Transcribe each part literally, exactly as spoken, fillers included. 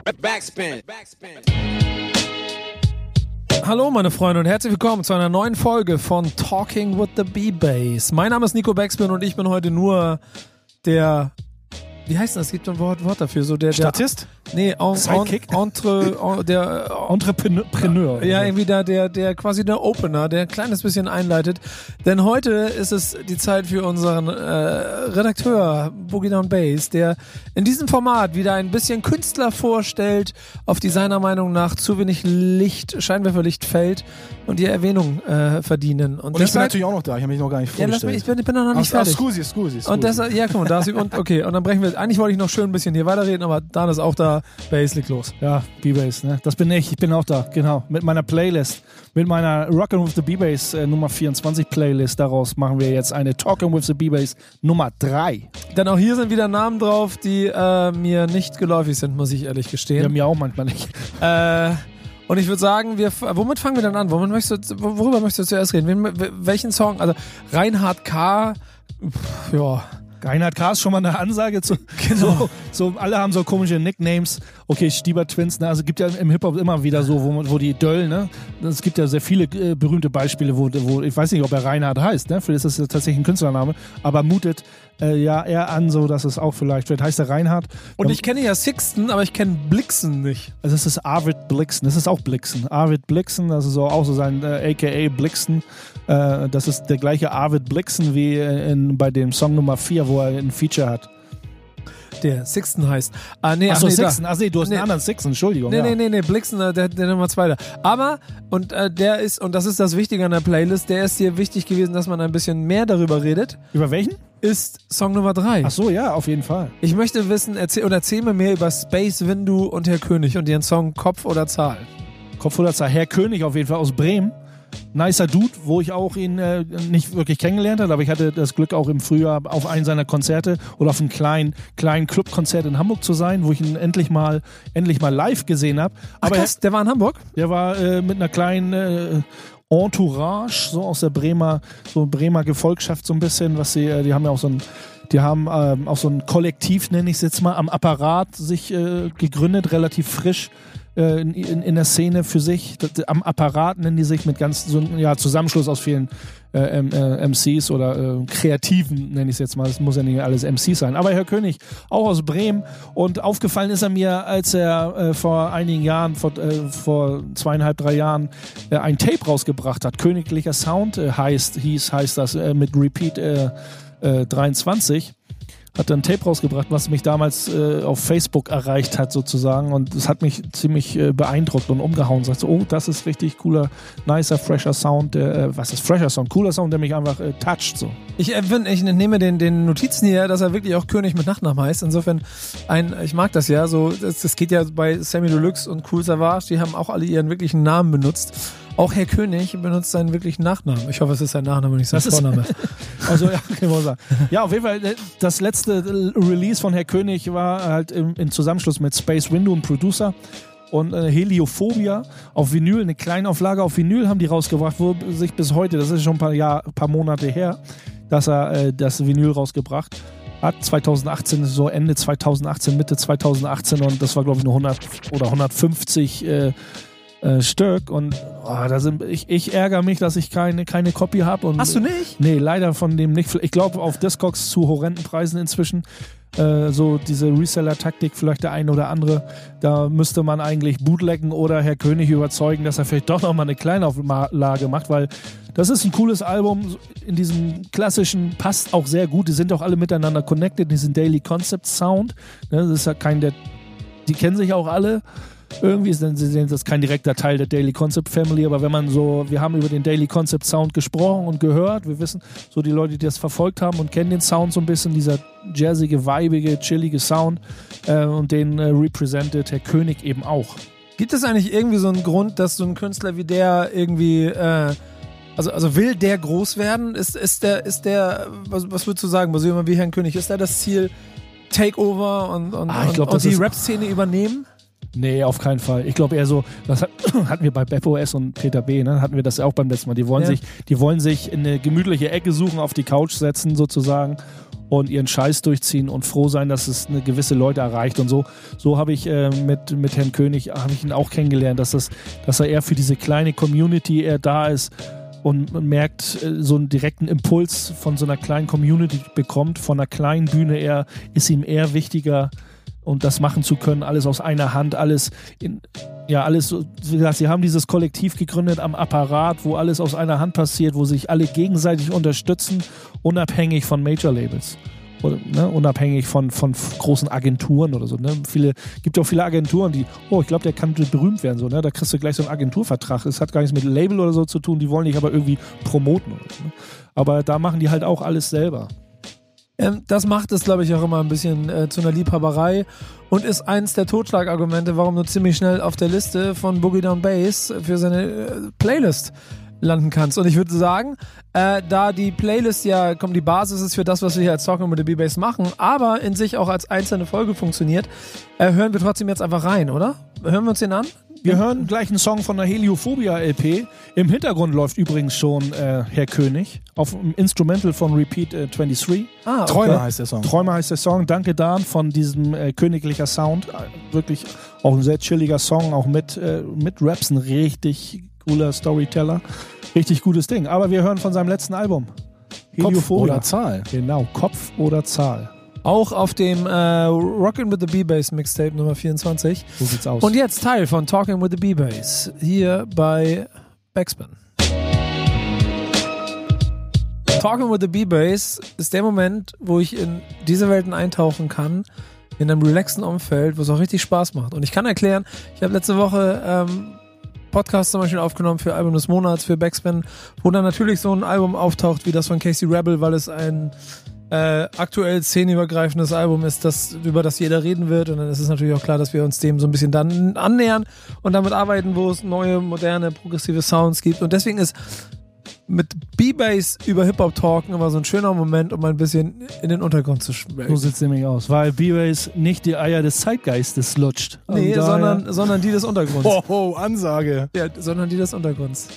Backspin. Hallo meine Freunde und herzlich willkommen zu einer neuen Folge von Talking with the B-Bass. Mein Name ist Nico Backspin und ich bin heute nur der, wie heißt das? Es gibt ein Wort, Wort dafür. So der, der Statist? Nee, en, Sidekick? en, entre, en, der Entrepreneur. Ja, irgendwie da der, der quasi der Opener, der ein kleines bisschen einleitet. Denn heute ist es die Zeit für unseren äh, Redakteur Boogie Down Bass, der in diesem Format wieder ein bisschen Künstler vorstellt, auf die seiner Meinung nach zu wenig Licht, Scheinwerferlicht fällt und die Erwähnung äh, verdienen. Und, und ich bin natürlich auch noch da, ich habe mich noch gar nicht vorgestellt. Ja, lass mich, ich bin, ich bin noch nicht Ach, fertig. ach, scusi, scusi, scusi. Und deshalb, ja, guck mal, da ist, und, okay, und dann brechen wir, eigentlich wollte ich noch schön ein bisschen hier weiterreden, aber Dan ist auch da, Bass liegt los. Ja, B-Bass, ne? Das bin ich, ich bin auch da, genau. Mit meiner Playlist, mit meiner Rockin' with the B-Bass äh, Nummer vierundzwanzig Playlist, daraus machen wir jetzt eine Talkin' with the B-Bass Nummer drei. Denn auch hier sind wieder Namen drauf, die äh, mir nicht geläufig sind, muss ich ehrlich gestehen. Ja, mir auch manchmal nicht. Äh, und ich würde sagen, wir, womit fangen wir dann an? Womit möchtest du, worüber möchtest du zuerst reden? Wen, welchen Song? Also Reinhard K., pff, ja... Reinhard K. ist schon mal eine Ansage zu, genau. so, so, alle haben so komische Nicknames. Okay, Stieber Twins, ne? Also es gibt ja im Hip-Hop immer wieder so, wo, wo die Döll, ne? Es gibt ja sehr viele äh, berühmte Beispiele, wo, wo, ich weiß nicht, ob er Reinhard heißt, ne? Vielleicht ist das tatsächlich ein Künstlername, aber mutet äh, ja eher an, so dass es auch vielleicht, vielleicht heißt er Reinhard. Und um, ich kenne ja Sixten, aber ich kenne Blixen nicht. Also es ist Arvid Blixen, das ist auch Blixen. Arvid Blixen, das ist so, auch so sein äh, A K A Blixen. Äh, das ist der gleiche Arvid Blixen wie in, bei dem Song Nummer vier, wo er ein Feature hat. Der Sixten heißt. Ah, nee, Achso, ach, nee, Sixten. Ach nee, du hast nee. einen anderen Sixten, Entschuldigung. Nee, ja. nee, nee, nee, Blixen, der, der Nummer zwei da. Aber, und äh, der ist, und das ist das Wichtige an der Playlist, der ist hier wichtig gewesen, dass man ein bisschen mehr darüber redet. Über welchen? Ist Song Nummer drei. Ach so, ja, auf jeden Fall. Ich möchte wissen, erzähl, oder erzähl mir mehr über Space, Windu und Herr König und ihren Song Kopf oder Zahl. Kopf oder Zahl. Herr König auf jeden Fall aus Bremen. Nicer Dude, wo ich auch ihn äh, nicht wirklich kennengelernt habe, aber ich hatte das Glück, auch im Frühjahr auf einen seiner Konzerte oder auf einem kleinen, kleinen Clubkonzert in Hamburg zu sein, wo ich ihn endlich mal, endlich mal live gesehen habe. Aber krass, er, der war in Hamburg? Der war äh, mit einer kleinen äh, Entourage, so aus der Bremer, so Bremer Gefolgschaft so ein bisschen, was sie, äh, die haben ja auch so ein Die haben ähm, auch so ein Kollektiv, nenne ich es jetzt mal, am Apparat sich äh, gegründet, relativ frisch äh, in, in, in der Szene für sich. Das, am Apparat nennen die sich mit ganz so einem ja, Zusammenschluss aus vielen äh, äh, M Cs oder äh, Kreativen, nenne ich es jetzt mal. Das muss ja nicht alles M Cs sein. Aber Herr König, auch aus Bremen. Und aufgefallen ist er mir, als er äh, vor einigen Jahren, vor, äh, vor zweieinhalb, drei Jahren, äh, ein Tape rausgebracht hat. Königlicher Sound äh, heißt, hieß, heißt das, äh, mit Repeat äh, Äh, dreiundzwanzig, hat dann ein Tape rausgebracht, was mich damals äh, auf Facebook erreicht hat sozusagen, und das hat mich ziemlich äh, beeindruckt und umgehauen. Sagt so, oh, das ist richtig cooler, nicer, fresher Sound, der, äh, was ist fresher Sound? Cooler Sound, der mich einfach äh, toucht so. Ich, äh, ich nehme den, den Notizen hier, dass er wirklich auch König mit Nachnamen heißt. Insofern, ein, ich mag das ja, so, das, das geht ja bei Sammy Deluxe und Cool Savage, die haben auch alle ihren wirklichen Namen benutzt. Auch Herr König benutzt seinen wirklichen Nachnamen. Ich hoffe, es ist sein Nachname, nicht sein Vorname. Also, ja, okay, muss sagen. Ja, auf jeden Fall, das letzte Release von Herr König war halt im, im Zusammenschluss mit Space Windu und Producer und äh, Heliophobia auf Vinyl, eine Kleinauflage auf Vinyl haben die rausgebracht, wo sich bis heute, das ist schon ein paar, Jahr, paar Monate her, dass er äh, das Vinyl rausgebracht hat. zweitausendachtzehn, so Ende zweitausendachtzehn, Mitte zweitausendachtzehn, und das war, glaube ich, nur hundert oder hundertfünfzig äh, Äh, Stück, und oh, da sind, ich, ich ärgere mich, dass ich keine, keine Copy habe. Hast du nicht? Nee, leider von dem nicht. Ich glaube, auf Discogs zu horrenden Preisen inzwischen, äh, so diese Reseller-Taktik, vielleicht der eine oder andere, da müsste man eigentlich bootleggen oder Herr König überzeugen, dass er vielleicht doch nochmal eine Kleinauflage macht, weil das ist ein cooles Album, in diesem klassischen, passt auch sehr gut, die sind auch alle miteinander connected, diesen Daily Concept Sound, ne, das ist ja kein, der, die kennen sich auch alle. Irgendwie ist das kein direkter Teil der Daily Concept Family, aber wenn man so, wir haben über den Daily Concept Sound gesprochen und gehört, wir wissen, so die Leute, die das verfolgt haben und kennen den Sound so ein bisschen, dieser jazzige, weibige, chillige Sound, äh, und den äh, represented Herr König eben auch. Gibt es eigentlich irgendwie so einen Grund, dass so ein Künstler wie der irgendwie, äh, also, also will der groß werden? Ist, ist der, ist der, was, was würdest du sagen, bei so jemandem wie Herrn König, ist da das Ziel Takeover und, und, ah, ich glaub, und, und die ist Rap-Szene übernehmen? Nee, auf keinen Fall. Ich glaube eher so, das hat, hatten wir bei Beppo S und Peter B, ne? Hatten wir das auch beim letzten Mal. Die wollen, ja. sich, die wollen sich in eine gemütliche Ecke suchen, auf die Couch setzen sozusagen und ihren Scheiß durchziehen und froh sein, dass es eine gewisse Leute erreicht und so. So habe ich äh, mit, mit Herrn König, habe ich ihn auch kennengelernt, dass, das, dass er eher für diese kleine Community eher da ist und man merkt, äh, so einen direkten Impuls von so einer kleinen Community bekommt, von einer kleinen Bühne eher, ist ihm eher wichtiger, und das machen zu können, alles aus einer Hand, alles in, ja, alles, so, wie gesagt, sie haben dieses Kollektiv gegründet am Apparat, wo alles aus einer Hand passiert, wo sich alle gegenseitig unterstützen, unabhängig von Major-Labels. Oder, ne, unabhängig von, von großen Agenturen oder so. Ne? Viele, gibt ja auch viele Agenturen, die, oh, ich glaube, der kann berühmt werden. So, ne? Da kriegst du gleich so einen Agenturvertrag. Das hat gar nichts mit Label oder so zu tun, die wollen dich aber irgendwie promoten. Oder so, ne? Aber da machen die halt auch alles selber. Ähm, das macht es, glaube ich, auch immer ein bisschen äh, zu einer Liebhaberei und ist eins der Totschlagargumente, warum du ziemlich schnell auf der Liste von Boogie Down Bass für seine äh, Playlist landen kannst. Und ich würde sagen, äh, da die Playlist ja, komm, die Basis ist für das, was wir hier als Talking with the B-Bass machen, aber in sich auch als einzelne Folge funktioniert, äh, hören wir trotzdem jetzt einfach rein, oder? Hören wir uns den an? Wir hören gleich einen Song von der Heliophobia-L P. Im Hintergrund läuft übrigens schon äh, Herr König auf dem Instrumental von Repeat äh, dreiundzwanzig. Ah, okay. Träume heißt der Song. Träume heißt der Song. Danke, Dan, von diesem äh, königlicher Sound. Äh, wirklich auch ein sehr chilliger Song, auch mit, äh, mit Raps, ein richtig cooler Storyteller. Richtig gutes Ding. Aber wir hören von seinem letzten Album. Kopf oder Zahl. Genau, Kopf oder Zahl. Auch auf dem äh, Rockin' with the B-Bass Mixtape Nummer vierundzwanzig. So sieht's aus. Und jetzt Teil von Talking with the B-Bass hier bei Backspin. Talking with the B-Bass ist der Moment, wo ich in diese Welten eintauchen kann, in einem relaxten Umfeld, wo es auch richtig Spaß macht. Und ich kann erklären, ich habe letzte Woche ähm, Podcast zum Beispiel aufgenommen für Album des Monats, für Backspin, wo dann natürlich so ein Album auftaucht wie das von Casey Rebel, weil es ein äh, aktuell szenenübergreifendes Album ist, das, über das jeder reden wird. Und dann ist es natürlich auch klar, dass wir uns dem so ein bisschen dann annähern und damit arbeiten, wo es neue, moderne, progressive Sounds gibt. Und deswegen ist mit B-Bass über Hip-Hop talken immer so ein schöner Moment, um ein bisschen in den Untergrund zu schmelzen. So sieht es nämlich aus, weil B-Bass nicht die Eier des Zeitgeistes lutscht. Nee, also sondern, sondern die des Untergrunds. Oh, oh, Ansage. Ja, sondern die des Untergrunds.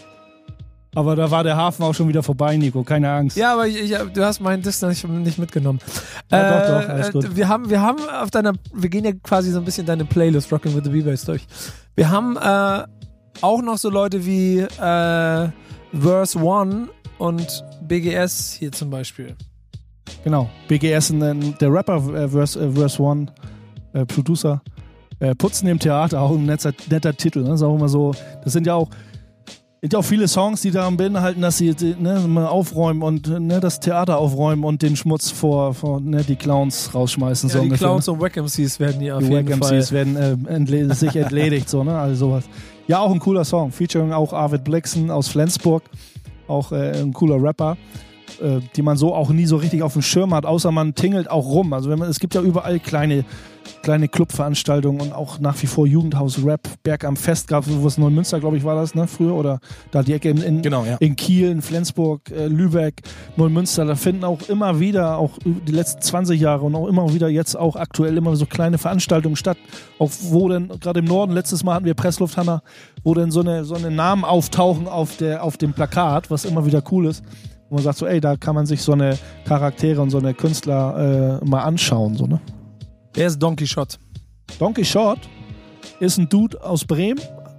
Aber da war der Hafen auch schon wieder vorbei, Nico, keine Angst. Ja, aber ich, ich, du hast meinen Diss nicht, nicht mitgenommen. Ja, äh, doch, doch, alles gut. Wir haben, wir haben auf deiner, wir gehen ja quasi so ein bisschen deine Playlist Rockin' with the B-Bass durch. Wir haben äh, auch noch so Leute wie äh, Verse One und B G S hier zum Beispiel. Genau, B G S, ein, der Rapper äh, Verse, äh, Verse One, äh, Producer, äh, Putzen im Theater, auch ein netter, netter Titel. Ne? Das ist auch immer so, das sind ja auch sind ja auch viele Songs, die daran beinhalten, dass sie ne, mal aufräumen und ne, das Theater aufräumen und den Schmutz vor, vor ne, die Clowns rausschmeißen. Ja, so die ungefähr, Clowns ne? und Wack M Cs werden hier auf die jeden Wack Fall. M Cs werden äh, entle- sich entledigt, so, ne? Also sowas. Ja, auch ein cooler Song, featuring auch Arvid Blixen aus Flensburg, auch äh, ein cooler Rapper, äh, die man so auch nie so richtig auf dem Schirm hat, außer man tingelt auch rum. Also wenn man, es gibt ja überall kleine kleine Clubveranstaltungen und auch nach wie vor Jugendhaus-Rap. Berg am Fest gab es, wo es Neumünster, glaube ich, war das, ne, früher, oder da die Ecke in, in, genau, ja. in Kiel, in Flensburg, äh, Lübeck, Neumünster, da finden auch immer wieder, auch die letzten zwanzig Jahre und auch immer wieder jetzt auch aktuell immer so kleine Veranstaltungen statt, auch wo denn, gerade im Norden, letztes Mal hatten wir Presslufthanna, wo dann so eine, so eine Namen auftauchen auf, der, auf dem Plakat, was immer wieder cool ist. Wo man sagt so, ey, da kann man sich so eine Charaktere und so eine Künstler äh, mal anschauen, so, ne? Wer ist Don Quixote? Don Quixote ist ein Dude aus Bremen,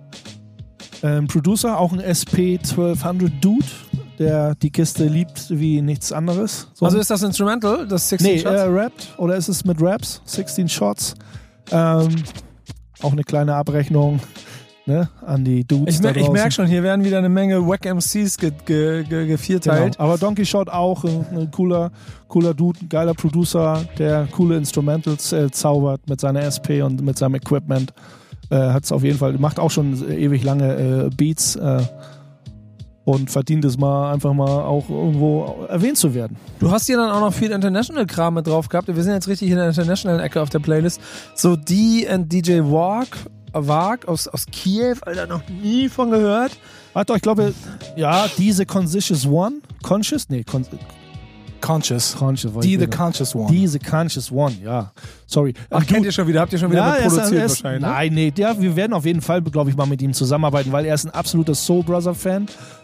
ein Producer, auch ein S P zwölfhundert Dude, der die Kiste liebt wie nichts anderes. So. Also ist das Instrumental, das sechzehn Nee, Shots? er rappt, oder ist es mit Raps? sechzehn Shots. Ähm, auch eine kleine Abrechnung, ne, an die Dudes Ich, da mer- ich draußen. merke schon, hier werden wieder eine Menge Wack M Cs ge- ge- ge- gevierteilt. Genau. Aber Don Quixote auch ein, ein cooler, cooler Dude, ein geiler Producer, der coole Instrumentals äh, zaubert mit seiner S P und mit seinem Equipment. Äh, Hat es auf jeden Fall, macht auch schon ewig lange äh, Beats äh, und verdient es mal einfach mal auch irgendwo erwähnt zu werden. Du hast hier dann auch noch viel International-Kram mit drauf gehabt. Wir sind jetzt richtig in der International-Ecke auf der Playlist. So D and D J Walk, Wag aus, aus Kiew, Alter, noch nie von gehört. Warte, ich glaube, ja, diese Conscious One, Conscious? Nee, Con- Conscious. Conscious. Die The Conscious One. Diese Conscious One, ja. Sorry. Ach, kennt ihr schon wieder? Habt ihr schon wieder Ja, mit er ist- produziert er ist, wahrscheinlich? Ne? Nein, nee, der, wir werden auf jeden Fall, glaube ich, mal mit ihm zusammenarbeiten, weil er ist ein absoluter Soul Brother Fan.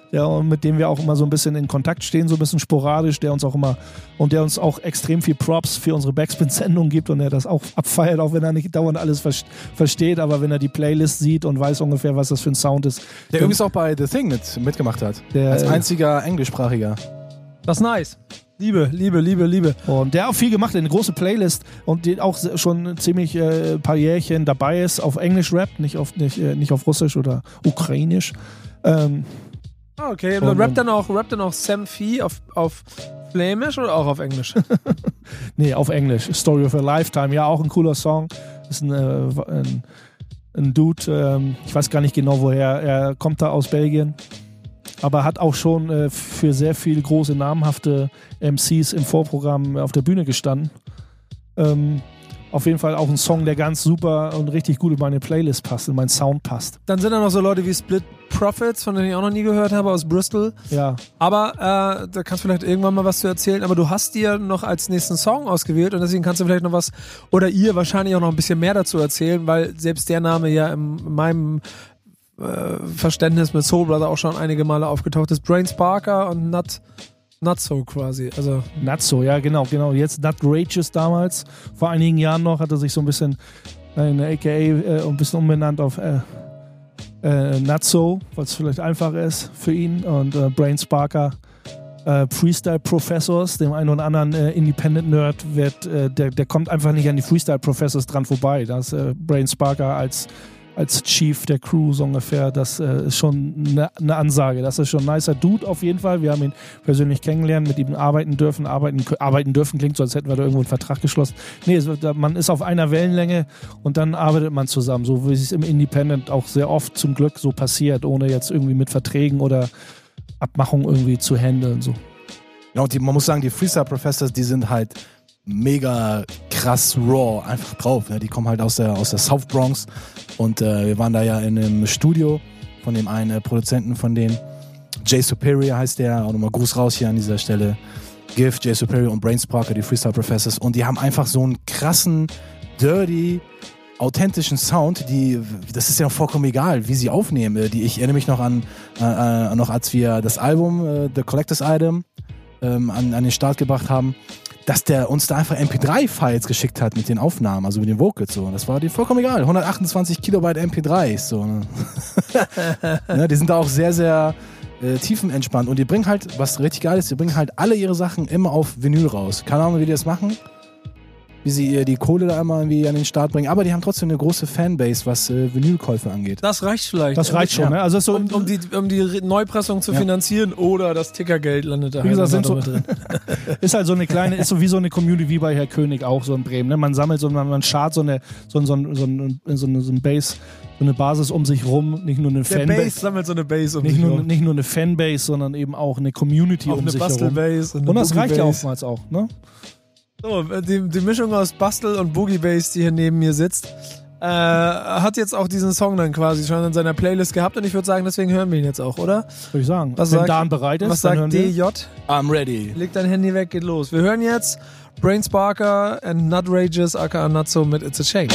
der, mit dem wir auch immer so ein bisschen in Kontakt stehen, so ein bisschen sporadisch, der uns auch immer und der uns auch extrem viel Props für unsere Backspin-Sendung gibt und der das auch abfeiert, auch wenn er nicht dauernd alles ver- versteht, aber wenn er die Playlist sieht und weiß ungefähr, was das für ein Sound ist. Der übrigens auch bei The Thing mit, mitgemacht hat. Der, als einziger englischsprachiger. Das ist nice. Liebe, Liebe, Liebe, Liebe. Und der hat auch viel gemacht, eine große Playlist und die auch schon ziemlich äh, ein paar Jährchen dabei ist, auf Englisch rappt, nicht auf, nicht, äh, nicht auf Russisch oder Ukrainisch. Ähm, Ah, okay. Und- Rappt dann auch, rappt dann auch Sam Fee auf, auf Flämisch oder auch auf Englisch? nee, auf Englisch. Story of a Lifetime, ja, auch ein cooler Song. Ist ein, äh, ein, ein Dude, ähm, ich weiß gar nicht genau woher, er kommt da aus Belgien, aber hat auch schon äh, für sehr viele große, namhafte M Cs im Vorprogramm auf der Bühne gestanden. Ähm, auf jeden Fall auch ein Song, der ganz super und richtig gut in meine Playlist passt, in meinen Sound passt. Dann sind da noch so Leute wie Split Profits, von denen ich auch noch nie gehört habe, aus Bristol. Ja, Aber äh, da kannst du vielleicht irgendwann mal was zu erzählen. Aber du hast dir noch als nächsten Song ausgewählt und deswegen kannst du vielleicht noch was, oder ihr wahrscheinlich auch noch ein bisschen mehr dazu erzählen, weil selbst der Name ja in meinem äh, Verständnis mit Soul Brother auch schon einige Male aufgetaucht ist. Brains Barker und Nut, Not So quasi. Also Not So, ja genau, genau. Jetzt Not Rageous damals, vor einigen Jahren noch, hat er sich so ein bisschen in A K A äh, ein bisschen umbenannt auf äh, äh, Not So, weil es vielleicht einfacher ist für ihn. Und äh, Brain Sparker, äh, Freestyle Professors, dem einen oder anderen äh, Independent Nerd, wird, äh, der, der kommt einfach nicht an die Freestyle Professors dran vorbei. Da ist äh, Brain Sparker als als Chief der Crew so ungefähr, das äh, ist schon eine ne Ansage. Das ist schon ein nicer Dude auf jeden Fall. Wir haben ihn persönlich kennengelernt, mit ihm arbeiten dürfen. Arbeiten, arbeiten dürfen klingt so, als hätten wir da irgendwo einen Vertrag geschlossen. Nee, es, man ist auf einer Wellenlänge und dann arbeitet man zusammen, so wie es im Independent auch sehr oft zum Glück so passiert, ohne jetzt irgendwie mit Verträgen oder Abmachungen irgendwie zu handeln. So. Ja, und die, man muss sagen, die Freestyle Professors, die sind halt mega krass raw einfach drauf. Ne? Die kommen halt aus der, aus der South Bronx und äh, wir waren da ja in einem Studio von dem einen äh, Produzenten von denen. Jay Superior heißt der, auch nochmal Gruß raus hier an dieser Stelle. Gift, Jay Superior und Brain Sparker, die Freestyle Professors, und die haben einfach so einen krassen, dirty, authentischen Sound, die, das ist ja vollkommen egal, wie sie aufnehmen. Die, ich erinnere mich noch an, äh, noch als wir das Album, äh, The Collector's Item, ähm, an, an den Start gebracht haben, dass der uns da einfach M P drei Files geschickt hat mit den Aufnahmen, also mit den Vocals. So. Das war dir vollkommen egal. hundertachtundzwanzig Kilobyte M P drei. So, ne? Ja, die sind da auch sehr, sehr äh, tiefenentspannt. Und die bringen halt, was richtig geil ist, die bringen halt alle ihre Sachen immer auf Vinyl raus. Keine Ahnung, wie die das machen. Wie sie äh, die Kohle da immer irgendwie an den Start bringen. Aber die haben trotzdem eine große Fanbase, was äh, Vinylkäufe angeht. das reicht vielleicht. Das reicht schon, Ja. ne? Also es ist so, Um, um, die, um die Neupressung zu Ja. finanzieren oder das Tickergeld landet da Wie gesagt, halt sind noch so- drin. ist halt so eine kleine, ist so wie so eine Community wie bei Herr König auch so in Bremen. Ne? Man sammelt so, man, man schart so eine, so, ein- so, ein- so, ein- so, eine, so ein Base, so eine Basis um sich rum, nicht nur eine Der Fanbase. Bass sammelt so eine Bass um Nicht sich nur, rum. nicht nur eine Fanbase, sondern eben auch eine Community Auch um eine sich herum. Bastelbass und eine Und das reicht ja Boogie-Bass. oftmals auch. Ne? So, die, die Mischung aus Bastel und Boogie Bass, die hier neben mir sitzt, äh, hat jetzt auch diesen Song dann quasi schon in seiner Playlist gehabt und ich würde sagen, deswegen hören wir ihn jetzt auch, oder? Würde ich sagen. Was Wenn sagt- Dan bereit ist, Was dann sagt hören D wir. J? I'm ready. Leg dein Handy weg, geht los. Wir hören jetzt Brain Sparker and Nut Rageous aka Not So mit It's a Shame.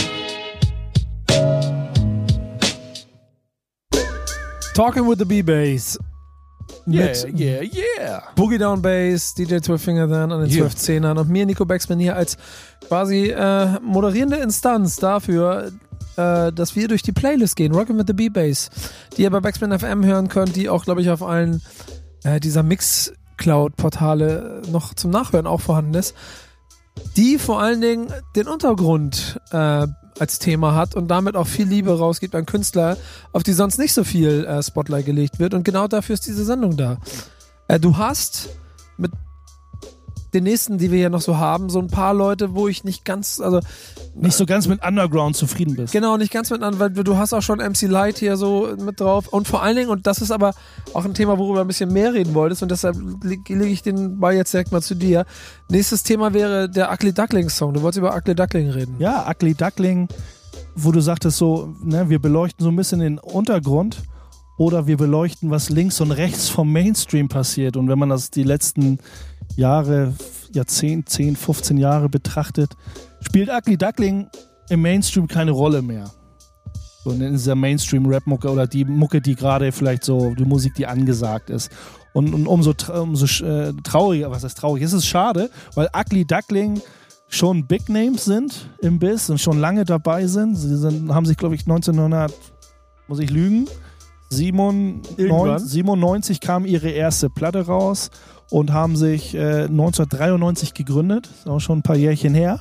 Talking with the B-Bass. Mit yeah, yeah. Boogie Down Bass, D J zwölf Finger dann an den Yeah. zwölf Zehnern und mir, Nico Backspin, hier als quasi äh, moderierende Instanz dafür, äh, dass wir durch die Playlist gehen. Rockin' with the B-Bass, die ihr bei Backspin F M hören könnt, die auch, glaube ich, auf allen äh, dieser Mixcloud-Portale noch zum Nachhören auch vorhanden ist, die vor allen Dingen den Untergrund äh, als Thema hat und damit auch viel Liebe rausgibt an Künstler, auf die sonst nicht so viel äh, Spotlight gelegt wird. Und genau dafür ist diese Sendung da. Äh, du hast mit den nächsten, die wir hier noch so haben, so ein paar Leute, wo ich nicht ganz, also Nicht so ganz mit Underground zufrieden bist. genau, nicht ganz miteinander, weil du hast auch schon M C Light hier so mit drauf und vor allen Dingen, und das ist aber auch ein Thema, worüber du ein bisschen mehr reden wolltest und deshalb lege leg ich den Ball jetzt direkt mal zu dir. Nächstes Thema wäre der Ugly Duckling Song. Du wolltest über Ugly Duckling reden. Ja, Ugly Duckling, wo du sagtest so, ne, wir beleuchten so ein bisschen den Untergrund oder wir beleuchten, was links und rechts vom Mainstream passiert. Und wenn man das die letzten Jahre, Jahrzehnt, zehn, fünfzehn Jahre betrachtet, spielt Ugly Duckling im Mainstream keine Rolle mehr. So in dieser Mainstream-Rap-Mucke oder die Mucke, die gerade vielleicht so, die Musik, die angesagt ist. Und, und umso, umso äh, trauriger, was heißt traurig, ist es schade, weil Ugly Duckling schon Big Names sind im Biss und schon lange dabei sind. Sie sind, haben sich, glaube ich, neunzehnhundert, muss ich lügen, siebenundneunzig, siebenundneunzig kam ihre erste Platte raus und haben sich äh, neunzehnhundertdreiundneunzig gegründet. Ist auch schon ein paar Jährchen her.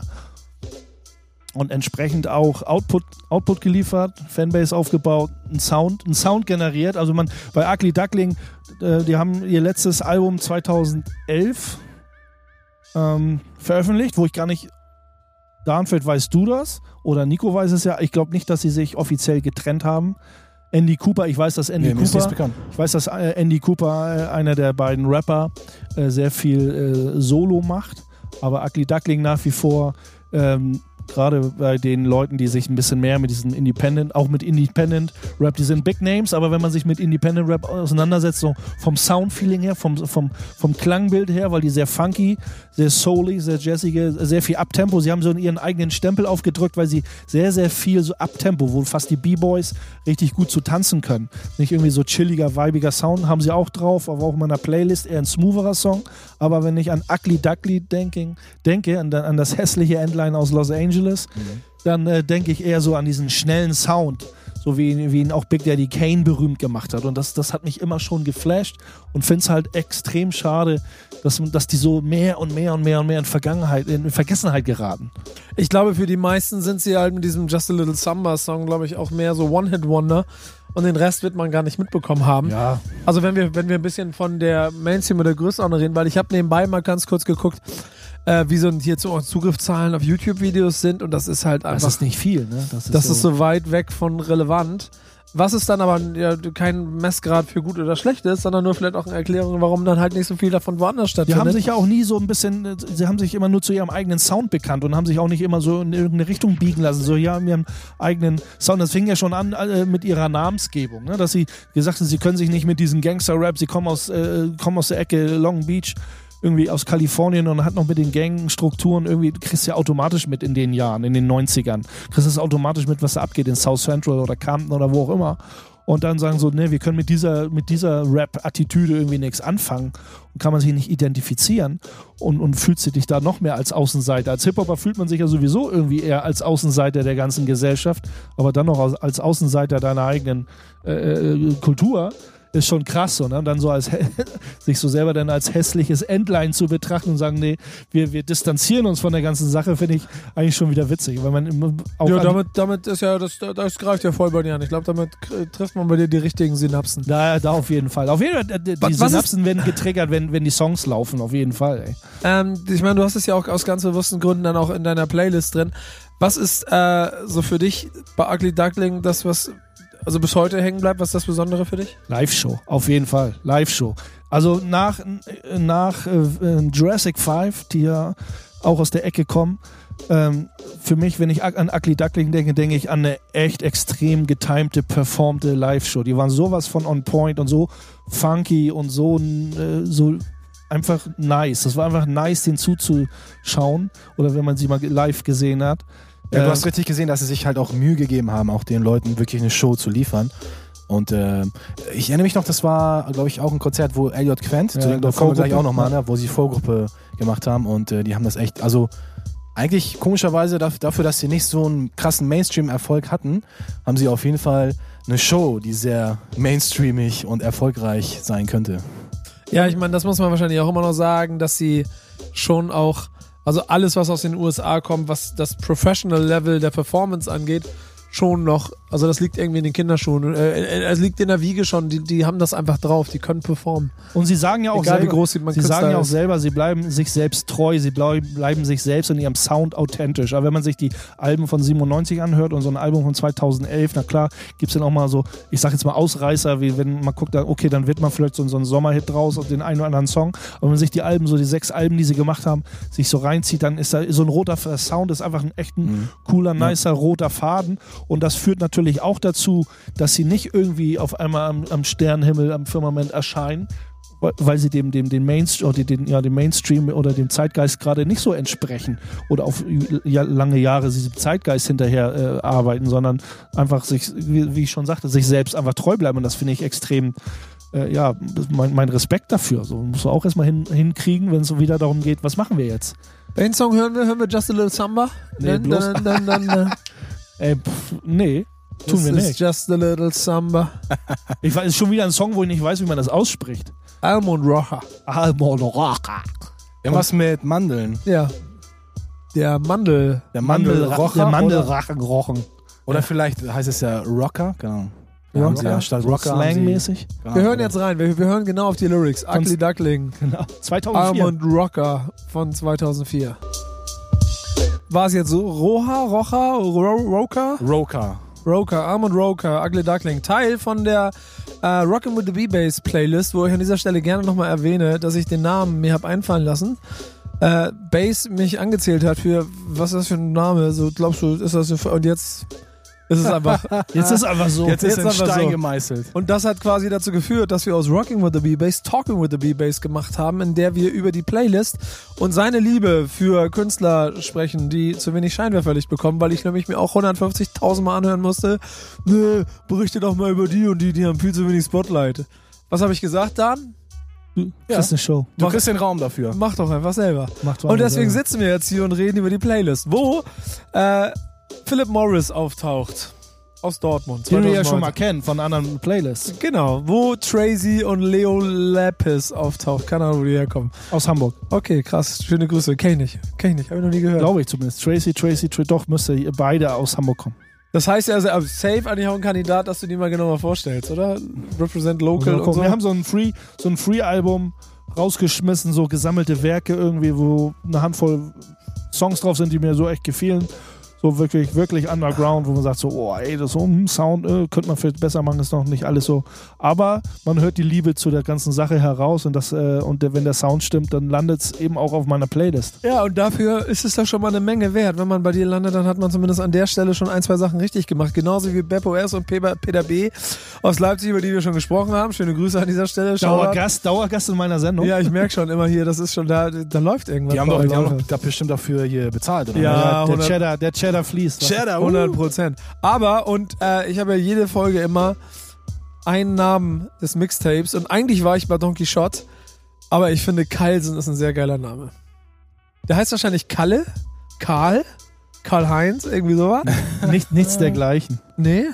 Und entsprechend auch Output, Output geliefert, Fanbase aufgebaut, einen Sound, einen Sound generiert. Also man, bei Ugly Duckling, äh, die haben ihr letztes Album zweitausendelf ähm, veröffentlicht, wo ich gar nicht, Darnfeld, weißt du das? Oder Nico weiß es ja. Ich glaube nicht, dass sie sich offiziell getrennt haben. Andy Cooper, ich weiß, dass Andy nee, Cooper, bekannt. ich weiß, dass äh, Andy Cooper, äh, einer der beiden Rapper, äh, sehr viel äh, Solo macht. Aber Ugly Duckling nach wie vor ähm, gerade bei den Leuten, die sich ein bisschen mehr mit diesem Independent, auch mit Independent Rap, die sind Big Names, aber wenn man sich mit Independent Rap auseinandersetzt, so vom Soundfeeling her, vom, vom, vom Klangbild her, weil die sehr funky, sehr soulig, sehr jazzige, sehr viel Uptempo, sie haben so ihren eigenen Stempel aufgedrückt, weil sie sehr, sehr viel so Uptempo, wo fast die B-Boys richtig gut zu tanzen können. Nicht irgendwie so chilliger, weibiger Sound, haben sie auch drauf, aber auch in meiner Playlist eher ein smootherer Song, aber wenn ich an Ugly Duckly denke, denke an, an das hässliche Endline aus Los Angeles, Mhm. dann äh, denke ich eher so an diesen schnellen Sound, so wie, wie ihn auch Big Daddy Kane berühmt gemacht hat. Und das, das hat mich immer schon geflasht und finde es halt extrem schade, dass, dass die so mehr und mehr und mehr und mehr in Vergangenheit, in Vergessenheit geraten. Ich glaube, für die meisten sind sie halt mit diesem Just a Little Samba Song, glaube ich, auch mehr so One-Hit-Wonder. Und den Rest wird man gar nicht mitbekommen haben. Ja. Also wenn wir, wenn wir ein bisschen von der Mainstream oder Größenordnung reden, weil ich habe nebenbei mal ganz kurz geguckt, äh, wie so hier zu Zugriffszahlen auf YouTube-Videos sind und das ist halt einfach... Das ist nicht viel, ne? Das ist, das so, ist so weit weg von relevant. Was ist dann aber ja, kein Messgrad für gut oder schlecht ist, sondern nur vielleicht auch eine Erklärung, warum dann halt nicht so viel davon woanders stattfindet. Die haben sich ja auch nie so ein bisschen, sie haben sich immer nur zu ihrem eigenen Sound bekannt und haben sich auch nicht immer so in irgendeine Richtung biegen lassen. So, ja, ihren eigenen Sound. Das fing ja schon an äh, mit ihrer Namensgebung, ne? Dass sie gesagt haben, sie können sich nicht mit diesem Gangster-Rap, sie kommen aus, äh, kommen aus der Ecke Long Beach, irgendwie aus Kalifornien und hat noch mit den Gangstrukturen irgendwie, du kriegst ja automatisch mit in den Jahren, in den neunzigern, kriegst es automatisch mit, was da abgeht in South Central oder Compton oder wo auch immer. Und dann sagen so, ne, wir können mit dieser, mit dieser Rap-Attitüde irgendwie nichts anfangen und kann man sich nicht identifizieren und, und fühlt sich dich da noch mehr als Außenseiter. Als Hip-Hopper fühlt man sich ja sowieso irgendwie eher als Außenseiter der ganzen Gesellschaft, aber dann noch als, als Außenseiter deiner eigenen äh, Kultur. Ist schon krass, so, ne? Und dann so als sich so selber dann als hässliches Endline zu betrachten und sagen, nee, wir, wir distanzieren uns von der ganzen Sache, finde ich eigentlich schon wieder witzig. Weil man auch ja, damit, damit ist ja, das, das greift ja voll bei dir an. Ich glaube, damit trifft man bei dir die richtigen Synapsen. Da, da auf jeden Fall. Auf jeden Fall, die was, Synapsen was werden getriggert, wenn, wenn die Songs laufen, auf jeden Fall, ey. Ähm, ich meine, du hast es ja auch aus ganz bewussten Gründen dann auch in deiner Playlist drin. Was ist äh, so für dich bei Ugly Duckling das, was also bis heute hängen bleibt? Was ist das Besondere für dich? Live-Show, auf jeden Fall. Live-Show. Also nach, nach äh, Jurassic Five, die ja auch aus der Ecke kommen, ähm, für mich, wenn ich an Ugly Duckling denke, denke ich an eine echt extrem getimte, performte Live-Show. Die waren sowas von on point und so funky und so, äh, so einfach nice. Das war einfach nice, den zuzuschauen oder wenn man sie mal live gesehen hat. Ja, du hast richtig gesehen, dass sie sich halt auch Mühe gegeben haben, auch den Leuten wirklich eine Show zu liefern. Und äh, ich erinnere mich noch, das war, glaube ich, auch ein Konzert, wo Elliot Quent, ja, zu dem kommen wir gleich auch nochmal, ne, wo sie Vorgruppe gemacht haben und äh, die haben das echt, also eigentlich komischerweise dafür, dass sie nicht so einen krassen Mainstream-Erfolg hatten, haben sie auf jeden Fall eine Show, die sehr mainstreamig und erfolgreich sein könnte. Ja, ich meine, das muss man wahrscheinlich auch immer noch sagen, dass sie schon auch, also alles, was aus den U S A kommt, was das Professional-Level der Performance angeht, schon noch, also das liegt irgendwie in den Kinderschuhen. Äh, es liegt in der Wiege schon, die, die haben das einfach drauf, die können performen. Und sie sagen ja auch Egal, selber, wie groß sie, sie sagen ja auch selber, sie bleiben sich selbst treu, sie bleib, bleiben sich selbst und ihrem Sound authentisch. Aber wenn man sich die Alben von siebenundneunzig anhört und so ein Album von zweitausendelf, na klar, gibt es dann auch mal so, ich sag jetzt mal Ausreißer, wie wenn man guckt, dann, okay, dann wird man vielleicht so, so einen Sommerhit draus auf den einen oder anderen Song. Aber wenn man sich die Alben, so die sechs Alben, die sie gemacht haben, sich so reinzieht, dann ist da so ein roter Sound, ist einfach ein echt ein mhm. cooler, nicer, ja. roter Faden. Und das führt natürlich auch dazu, dass sie nicht irgendwie auf einmal am, am Sternenhimmel, am Firmament erscheinen, weil sie dem, dem, den, Mainstream, oder den, ja, dem Mainstream oder dem Zeitgeist gerade nicht so entsprechen oder auf ja, lange Jahre diesem Zeitgeist hinterher äh, arbeiten, sondern einfach sich, wie, wie ich schon sagte, sich selbst einfach treu bleiben. Und das finde ich extrem, äh, ja, mein, mein Respekt dafür. So musst du auch erstmal hin, hinkriegen, wenn es so wieder darum geht, was machen wir jetzt? Welchen Song hören wir? Hören wir Just a Little Samba? Nee, dann, bloß. dann, dann, dann, dann, Ey, pff, nee, tun This wir is nicht. Just a Little Samba. Ich weiß, es ist schon wieder ein Song, wo ich nicht weiß, wie man das ausspricht. Almond Rocha. Almond Rocha. Irgendwas mit Mandeln. Ja. Der Mandel. Der Mandelrocher. Mandelrocher. Der oder, Mandelrachenrochen. oder vielleicht heißt es ja Rocker. Genau. Rocker? Haben sie ja statt Rocker. haben sie- Slangmäßig. Genau, Wir hören oder- jetzt rein. Wir, wir hören genau auf die Lyrics. Ugly Sonst- Duckling. Genau. zweitausendvier. Almond Rocker von zweitausendvier. War es jetzt so? Roha? Rocha? Ro Roker? Roker. Roker, Almond Roker, Ugly Duckling. Teil von der äh, Rockin' with the B-Bass Playlist, wo ich an dieser Stelle gerne nochmal erwähne, dass ich den Namen mir habe einfallen lassen. Äh, Bass mich angezählt hat für, was ist das für ein Name? So, glaubst du, ist das so, und jetzt ist es einfach. Jetzt ist einfach so. Jetzt ist Jetzt in einfach Stein so. gemeißelt. Und das hat quasi dazu geführt, dass wir aus Rocking with the B-Bass Talking with the B-Bass gemacht haben, in der wir über die Playlist und seine Liebe für Künstler sprechen, die zu wenig Scheinwerferlicht bekommen, weil ich nämlich mir auch hundertfünfzigtausend Mal anhören musste, ne, berichte doch mal über die und die, die haben viel zu wenig Spotlight. Was habe ich gesagt, Dan? Du kriegst eine Show. Du Mach- kriegst den Raum dafür. Mach doch einfach selber. Macht Und deswegen sitzen wir jetzt hier und reden über die Playlist, wo äh, Philip Morris auftaucht. Aus Dortmund. den wir ja zweitausendneun. schon mal kennen von anderen Playlists. Genau, wo Tracy und Leo Lapis auftaucht. Keine Ahnung, wo die herkommen. Aus Hamburg. Okay, krass. Schöne Grüße. Kenn ich nicht. Kenn ich nicht. Hab ich noch nie gehört. Glaube ich zumindest. Tracy, Tracy, Tracy, doch müsste ihr beide aus Hamburg kommen. Das heißt ja, also, also safe eigentlich auch ein Kandidat, dass du die mal genauer vorstellst, oder? Represent Local und so. Wir haben so ein Free, so ein Free-Album rausgeschmissen, so gesammelte Werke irgendwie, wo eine Handvoll Songs drauf sind, die mir so echt gefielen. So wirklich, wirklich underground, wo man sagt so, oh ey, das ist so ein Sound, äh, könnte man vielleicht besser machen, ist noch nicht alles so. Aber man hört die Liebe zu der ganzen Sache heraus und das, äh, und der, wenn der Sound stimmt, dann landet es eben auch auf meiner Playlist. Ja, und dafür ist es doch schon mal eine Menge wert. Wenn man bei dir landet, dann hat man zumindest an der Stelle schon ein, zwei Sachen richtig gemacht. Genauso wie Beppo S. und Peter Peter B. aus Leipzig, über die wir schon gesprochen haben. Schöne Grüße an dieser Stelle. Shoutout. Dauergast, Dauergast in meiner Sendung. Ja, ich merke schon immer hier, das ist schon da, da läuft irgendwas. Die haben bei doch, euch. die haben doch da bestimmt dafür hier bezahlt, oder? Ja. der, hundert Cheddar, der Cheddar fließt. Cheddar, uh. hundert Prozent. Aber, und äh, ich habe ja jede Folge immer einen Namen des Mixtapes und eigentlich war ich bei Don Quixote, aber ich finde Carlsen ist ein sehr geiler Name. Der heißt wahrscheinlich Kalle? Karl? Karl-Heinz? Irgendwie sowas? Nicht, nichts dergleichen. Nee?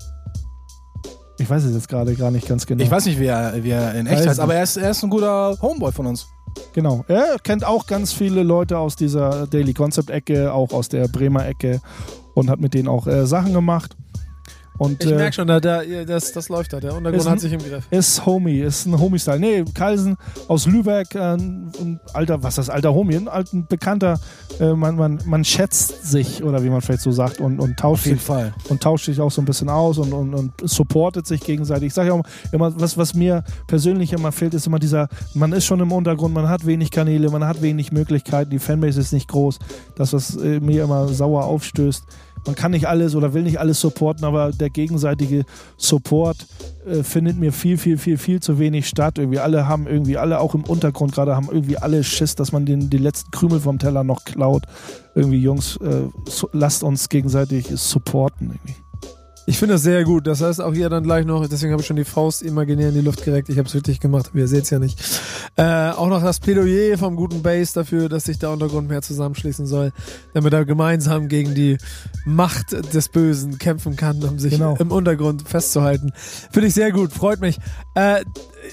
Ich weiß es jetzt gerade gar nicht ganz genau. Ich weiß nicht, wie er, wie er in echt Weiß heißt, aber nicht. er ist, er ist ein guter Homeboy von uns. Genau. Er kennt auch ganz viele Leute aus dieser Daily Concept Ecke, auch aus der Bremer Ecke und hat mit denen auch äh, Sachen gemacht. Und, Ich äh, merke schon, da, da, das, das läuft da. Der Untergrund Ist ein- hat sich im Griff. Ist Homie, ist ein Homie-Style. Nee, Carlsen aus Lübeck, äh, ein alter, was ist das, alter Homie, ein alter Bekannter. Äh, man, man, man schätzt sich, oder wie man vielleicht so sagt, und, und tauscht Auf jeden sich Fall. und tauscht sich auch so ein bisschen aus und, und, und supportet sich gegenseitig. Ich sage ja auch immer, was, was mir persönlich immer fehlt, ist immer dieser, man ist schon im Untergrund, man hat wenig Kanäle, man hat wenig Möglichkeiten, die Fanbase ist nicht groß. Das, was äh, mir immer sauer aufstößt. Man kann nicht alles oder will nicht alles supporten, aber der gegenseitige Support äh, findet mir viel, viel, viel, viel zu wenig statt. Irgendwie alle haben irgendwie, alle auch im Untergrund gerade haben irgendwie alle Schiss, dass man den, die letzten Krümel vom Teller noch klaut. Irgendwie, Jungs, äh, so, lasst uns gegenseitig supporten. Irgendwie. Ich finde das sehr gut. Das heißt auch hier dann gleich noch, deswegen habe ich schon die Faust imaginär in die Luft gereckt. Ich habe es wirklich gemacht, aber ihr seht es ja nicht. Äh, auch noch das Plädoyer vom guten Bass dafür, dass sich der Untergrund mehr zusammenschließen soll, damit er gemeinsam gegen die Macht des Bösen kämpfen kann, um sich Genau. im Untergrund festzuhalten. Finde ich sehr gut, freut mich. Äh,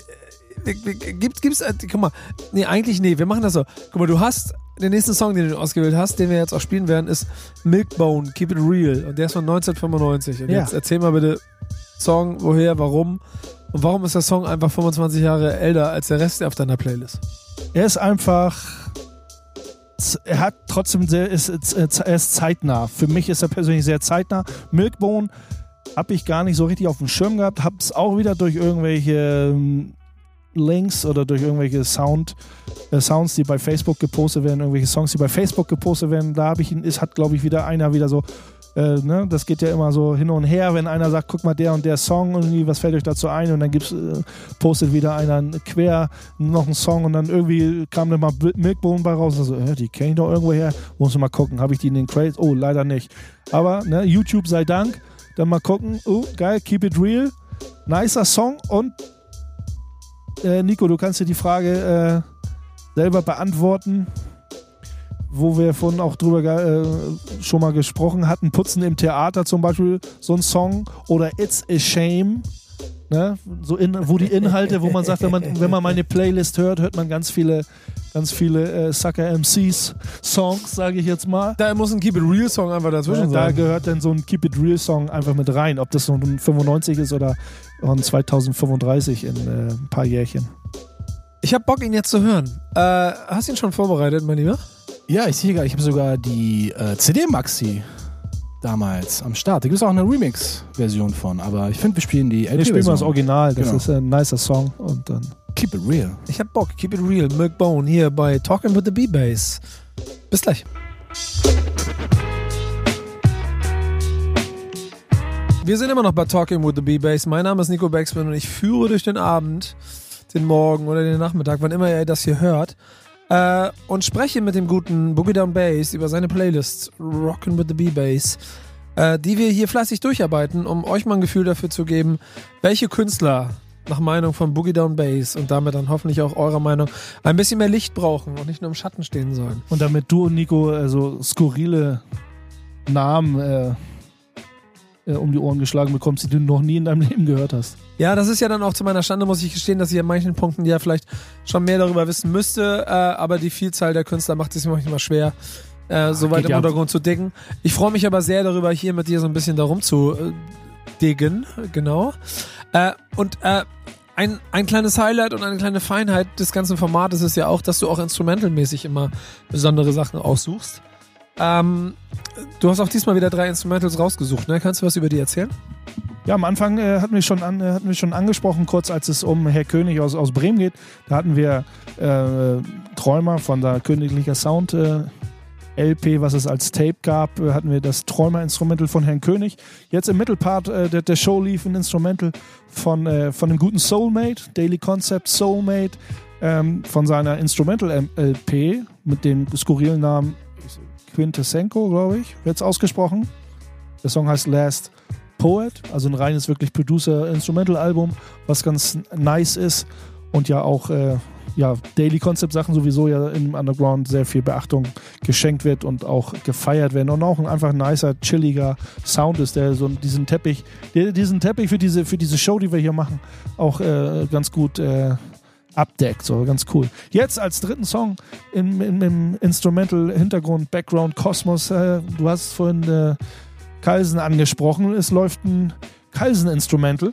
gibt, gibt's, äh, guck mal, nee, eigentlich nee, wir machen das so. Guck mal, du hast den nächsten Song, den du ausgewählt hast, den wir jetzt auch spielen werden, ist Milkbone, Keep It Real. Und der ist von neunzehnhundertfünfundneunzig. Und Ja. jetzt erzähl mal bitte Song, woher, warum und warum ist der Song einfach fünfundzwanzig Jahre älter als der Rest auf deiner Playlist? Er ist einfach, er hat trotzdem sehr, ist, er ist zeitnah. Für mich ist er persönlich sehr zeitnah. Milkbone habe ich gar nicht so richtig auf dem Schirm gehabt, habe es auch wieder durch irgendwelche ähm, Links oder durch irgendwelche Sound, äh, Sounds, die bei Facebook gepostet werden, irgendwelche Songs, die bei Facebook gepostet werden, da habe ich ihn, es hat glaube ich wieder einer wieder so Äh, ne? Das geht ja immer so hin und her, wenn einer sagt, guck mal, der und der Song, irgendwie, was fällt euch dazu ein? Und dann gibt's, äh, postet wieder einer quer noch einen Song und dann irgendwie kam dann mal Milkbone bei raus. Also, äh, die kenn ich doch irgendwo her. Muss ich mal gucken, habe ich die in den Crates? Oh, leider nicht. Aber ne, YouTube sei Dank. Dann mal gucken. Oh, geil, Keep It Real. Nicer Song. Und äh, Nico, du kannst dir die Frage äh, selber beantworten, wo wir vorhin auch drüber äh, schon mal gesprochen hatten. Putzen im Theater zum Beispiel, so ein Song. Oder It's a Shame. Ne? So in, wo die Inhalte, wo man sagt, wenn man, wenn man meine Playlist hört, hört man ganz viele, ganz viele äh, Sucker M Cs Songs, sage ich jetzt mal. Da muss ein Keep It Real Song einfach dazwischen Ja, sein. da gehört dann so ein Keep It Real Song einfach mit rein. Ob das so ein fünfundneunzig ist oder ein zweitausendfünfunddreißig in äh, ein paar Jährchen. Ich hab Bock, ihn jetzt zu hören. Äh, hast du ihn schon vorbereitet, mein Lieber? Ja, ich sehe gerade, ich habe sogar die äh, C D-Maxi damals am Start. Da gibt es auch eine Remix-Version von, aber ich finde, wir spielen die L P-Version. Wir spielen mal das Original, das Genau. ist ein nicer Song und dann... Keep It Real. Ich hab Bock. Keep It Real. Milkbone hier bei Talking with the B-Bass. Bis gleich. Wir sind immer noch bei Talking with the B-Bass. Mein Name ist Nico Backspin und ich führe durch den Abend, den Morgen oder den Nachmittag, wann immer ihr das hier hört, äh, und spreche mit dem guten Boogie Down Bass über seine Playlist Rockin' with the B-Bass, äh, die wir hier fleißig durcharbeiten, um euch mal ein Gefühl dafür zu geben, welche Künstler nach Meinung von Boogie Down Bass und damit dann hoffentlich auch eurer Meinung ein bisschen mehr Licht brauchen und nicht nur im Schatten stehen sollen. Und damit du und Nico äh, so skurrile Namen äh, äh, um die Ohren geschlagen bekommst, die du noch nie in deinem Leben gehört hast. Ja, das ist ja dann auch zu meiner Schande, muss ich gestehen, dass ich an manchen Punkten ja vielleicht schon mehr darüber wissen müsste, äh, aber die Vielzahl der Künstler macht es mir manchmal schwer, äh, so weit geht im ja. Untergrund zu diggen. Ich freue mich aber sehr darüber, hier mit dir so ein bisschen darum zu äh, diggen, genau. Äh, und äh, ein, ein kleines Highlight und eine kleine Feinheit des ganzen Formates ist ja auch, dass du auch instrumentalmäßig immer besondere Sachen aussuchst. Ähm, du hast auch diesmal wieder drei Instrumentals rausgesucht, ne? Kannst du was über die erzählen? Ja, am Anfang äh, hatten wir schon an, äh, hatten wir schon angesprochen, kurz als es um Herr König aus, aus Bremen geht. Da hatten wir äh, Träumer von der Königlicher Sound äh, L P, was es als Tape gab, äh, hatten wir das Träumer-Instrumental von Herrn König. Jetzt im Mittelpart äh, der, der Show lief ein Instrumental von, äh, von dem guten Soulmate, Daily Concept Soulmate, ähm, von seiner Instrumental-L P mit dem skurrilen Namen Quintessenko, glaube ich, wird es ausgesprochen. Der Song heißt Last Poet, also ein reines wirklich Producer-Instrumental-Album, was ganz nice ist und ja auch äh, ja, Daily Concept-Sachen sowieso ja im Underground sehr viel Beachtung geschenkt wird und auch gefeiert werden und auch ein einfach nicer, chilliger Sound ist, der so diesen Teppich, der diesen Teppich für diese, für diese Show, die wir hier machen, auch äh, ganz gut äh, abdeckt, so ganz cool. Jetzt als dritten Song im, im, im Instrumental-Hintergrund, Background, Kosmos, äh, du hast vorhin äh, Kalsen angesprochen, es läuft ein Kalsen-Instrumental.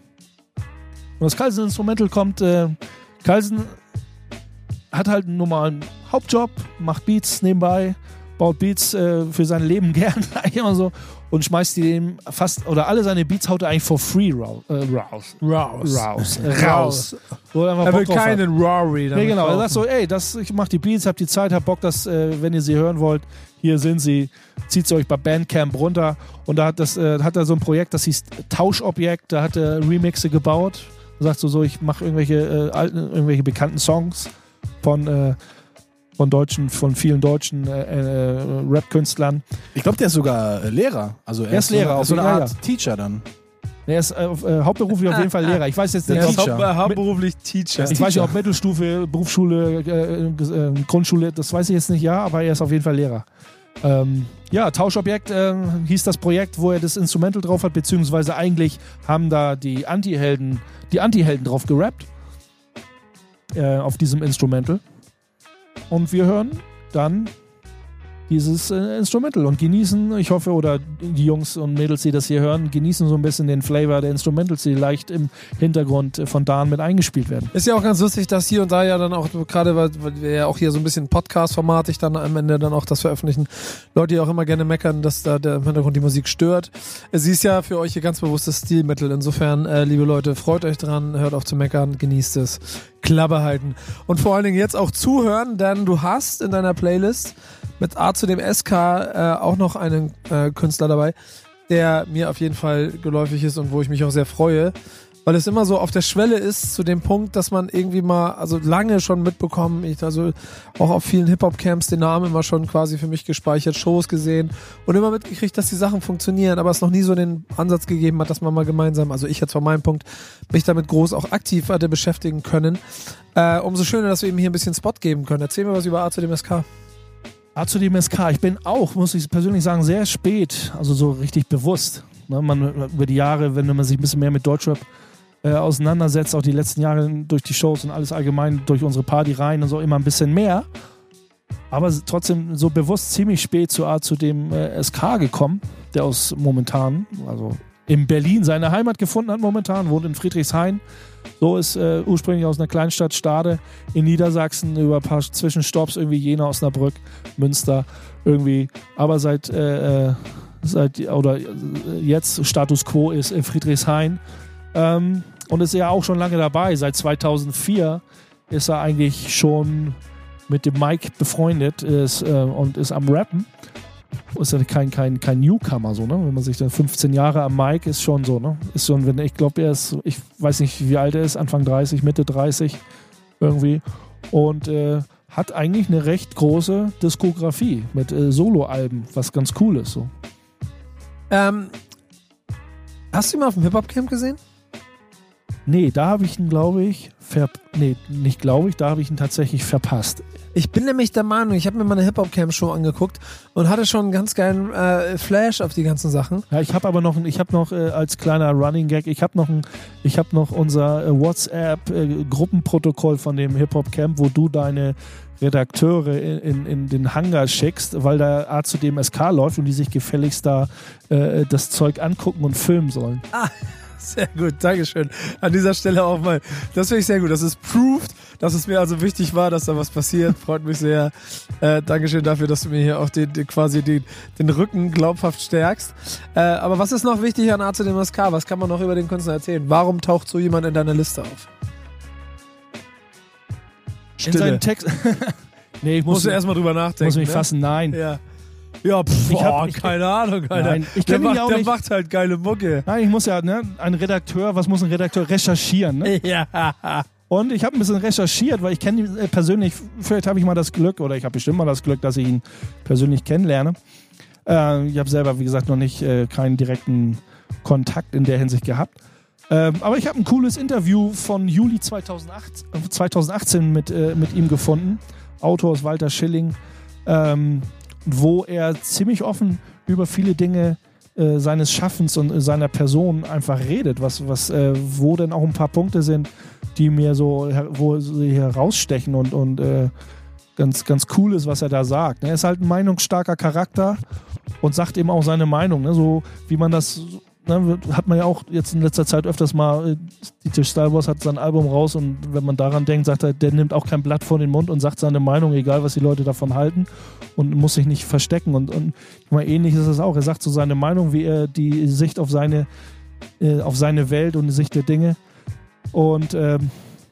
Und das Kalsen-Instrumental kommt, äh, Kalsen hat halt einen normalen Hauptjob, macht Beats nebenbei, baut Beats äh, für sein Leben gern, eigentlich immer so, und schmeißt die dem fast, oder alle seine Beats haut er eigentlich for free raus. Äh, raus. Raus. Raus. Raus. Wo er einfach Er Bock will drauf hat. keinen Rory. Nee, genau. Er sagt so, ey, das, ich mach die Beats, hab die Zeit, hab Bock, dass, äh, wenn ihr sie hören wollt, hier sind sie, zieht sie euch bei Bandcamp runter. Und da hat, das, äh, hat er so ein Projekt, das hieß Tauschobjekt, da hat er Remixe gebaut. Er sagt so, so ich mache irgendwelche, äh, alten, irgendwelche bekannten Songs von, äh, von deutschen, von vielen deutschen äh, äh, Rap-Künstlern. Ich glaube, der ist sogar äh, Lehrer. Also er, Er ist Lehrer, so, auf so eine jeden Fall, Art Teacher dann. Er ist äh, äh, hauptberuflich auf jeden Fall Lehrer. Ich weiß jetzt Der nicht, Teacher. ob, Haupt, hauptberuflich Teacher. ich weiß nicht, ob Mittelstufe, Berufsschule, äh, äh, Grundschule, das weiß ich jetzt nicht, ja, aber er ist auf jeden Fall Lehrer. Ähm, ja, Tauschobjekt äh, hieß das Projekt, wo er das Instrumental drauf hat, beziehungsweise eigentlich haben da die Anti-Helden, die Anti-Helden drauf gerappt. Äh, auf diesem Instrumental. Und wir hören dann dieses äh, Instrumental und genießen, ich hoffe, oder die Jungs und Mädels, die das hier hören, genießen so ein bisschen den Flavor der Instrumentals, die leicht im Hintergrund von Dan mit eingespielt werden. Ist ja auch ganz lustig, dass hier und da ja dann auch, gerade weil weil wir ja auch hier so ein bisschen Podcast-formatig dann am Ende dann auch das veröffentlichen, Leute, die auch immer gerne meckern, dass da der im Hintergrund die Musik stört. Sie ist ja für euch hier ganz bewusstes Stilmittel. Insofern, äh, liebe Leute, freut euch dran, hört auf zu meckern, genießt es. Klappe halten. Und vor allen Dingen jetzt auch zuhören, denn du hast in deiner Playlist mit A zu dem S K äh, auch noch einen äh, Künstler dabei, der mir auf jeden Fall geläufig ist und wo ich mich auch sehr freue, weil es immer so auf der Schwelle ist zu dem Punkt, dass man irgendwie mal, also lange schon mitbekommen, ich also auch auf vielen Hip-Hop-Camps den Namen immer schon quasi für mich gespeichert, Shows gesehen und immer mitgekriegt, dass die Sachen funktionieren, aber es noch nie so den Ansatz gegeben hat, dass man mal gemeinsam, also ich jetzt von meinem Punkt, mich damit groß auch aktiv hatte beschäftigen können. Äh, umso schöner, dass wir ihm hier ein bisschen Spot geben können. Erzähl mir was über A zu dem S K. A zu dem S K. Ich bin auch, muss ich persönlich sagen, sehr spät, also so richtig bewusst. Ne, man, über die Jahre, wenn man sich ein bisschen mehr mit Deutschrap äh, auseinandersetzt, auch die letzten Jahre durch die Shows und alles allgemein, durch unsere Party rein und so immer ein bisschen mehr. Aber trotzdem so bewusst ziemlich spät zu A zu dem äh, S K gekommen, der aus momentan, also in Berlin seine Heimat gefunden hat momentan, wohnt in Friedrichshain. So ist äh, ursprünglich aus einer Kleinstadt Stade in Niedersachsen über ein paar Zwischenstopps, irgendwie Jena, Osnabrück, Münster, irgendwie. Aber seit, äh, seit oder jetzt Status Quo ist in Friedrichshain. Ähm, und ist ja auch schon lange dabei. Seit zweitausendvier ist er eigentlich schon mit dem Mike befreundet ist, äh, und ist am Rappen. Ist ja kein, kein, kein Newcomer, so, ne? Wenn man sich dann fünfzehn Jahre am Mic ist schon so, ne? Ist schon, wenn ich glaube, er ist, ich weiß nicht, wie alt er ist, Anfang dreißig, Mitte dreißig irgendwie. Und äh, hat eigentlich eine recht große Diskografie mit äh, Soloalben, was ganz cool ist. So. Ähm, hast du ihn mal auf dem Hip-Hop-Camp gesehen? Nee, da habe ich ihn, glaube ich, ver nee, nicht glaube ich, da habe ich ihn tatsächlich verpasst. Ich bin nämlich der Meinung, ich habe mir mal eine Hip-Hop-Camp-Show angeguckt und hatte schon einen ganz geilen äh, Flash auf die ganzen Sachen. Ja, ich habe aber noch, ich habe noch äh, als kleiner Running Gag, ich habe noch, ein, ich habe noch unser äh, WhatsApp-Gruppenprotokoll äh, von dem Hip-Hop-Camp, wo du deine Redakteure in, in, in den Hangar schickst, weil da A zu dem S K läuft und die sich gefälligst da äh, das Zeug angucken und filmen sollen. Ah, sehr gut, Dankeschön. An dieser Stelle auch mal. Das finde ich sehr gut. Das ist proved, dass es mir also wichtig war, dass da was passiert. Freut mich sehr. Äh, Dankeschön dafür, dass du mir hier auch den, den, quasi den, den Rücken glaubhaft stärkst. Äh, aber was ist noch wichtig an A zu dem S K? Was kann man noch über den Künstler erzählen? Warum taucht so jemand in deiner Liste auf? Stille. In seinen Text. Nee, ich muss, musst du erstmal drüber nachdenken. Muss mich ne? fassen, nein. Ja. Ja, pff, ich hab, oh, ich, keine Ahnung, Alter. Nein, ich der kenn ihn macht, ja auch der nicht. macht halt geile Mucke. Nein, ich muss ja, ne, ein Redakteur, was muss ein Redakteur recherchieren, ne? Ja. Und ich habe ein bisschen recherchiert, weil ich kenne ihn äh, persönlich, vielleicht habe ich mal das Glück, oder ich habe bestimmt mal das Glück, dass ich ihn persönlich kennenlerne. Äh, ich habe selber, wie gesagt, noch nicht äh, keinen direkten Kontakt in der Hinsicht gehabt. Ähm, aber ich habe ein cooles Interview von Juli zweitausendachtzehn mit, äh, mit ihm gefunden. Autor ist Walter Schilling. Ähm, wo er ziemlich offen über viele Dinge äh, seines Schaffens und äh, seiner Person einfach redet, was, was, äh, wo dann auch ein paar Punkte sind, die mir so, wo sie herausstechen und, und äh, ganz, ganz cool ist, was er da sagt. Er ist halt ein meinungsstarker Charakter und sagt eben auch seine Meinung, ne? So wie man das, ne, hat man ja auch jetzt in letzter Zeit öfters mal, äh, D J Styleboss hat sein Album raus und wenn man daran denkt, sagt er, der nimmt auch kein Blatt vor den Mund und sagt seine Meinung, egal was die Leute davon halten und muss sich nicht verstecken und, und mal ähnlich ist es auch. Er sagt so seine Meinung, wie er die Sicht auf seine, äh, auf seine Welt und die Sicht der Dinge und ähm,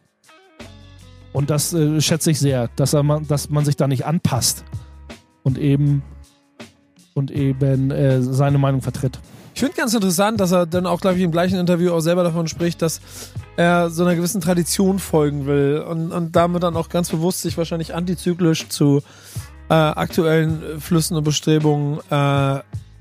und das äh, schätze ich sehr, dass, er, dass man sich da nicht anpasst und eben und eben äh, seine Meinung vertritt. Ich finde ganz interessant, dass er dann auch, glaube ich, im gleichen Interview auch selber davon spricht, dass er so einer gewissen Tradition folgen will und, und damit dann auch ganz bewusst sich wahrscheinlich antizyklisch zu äh, aktuellen Flüssen und Bestrebungen äh,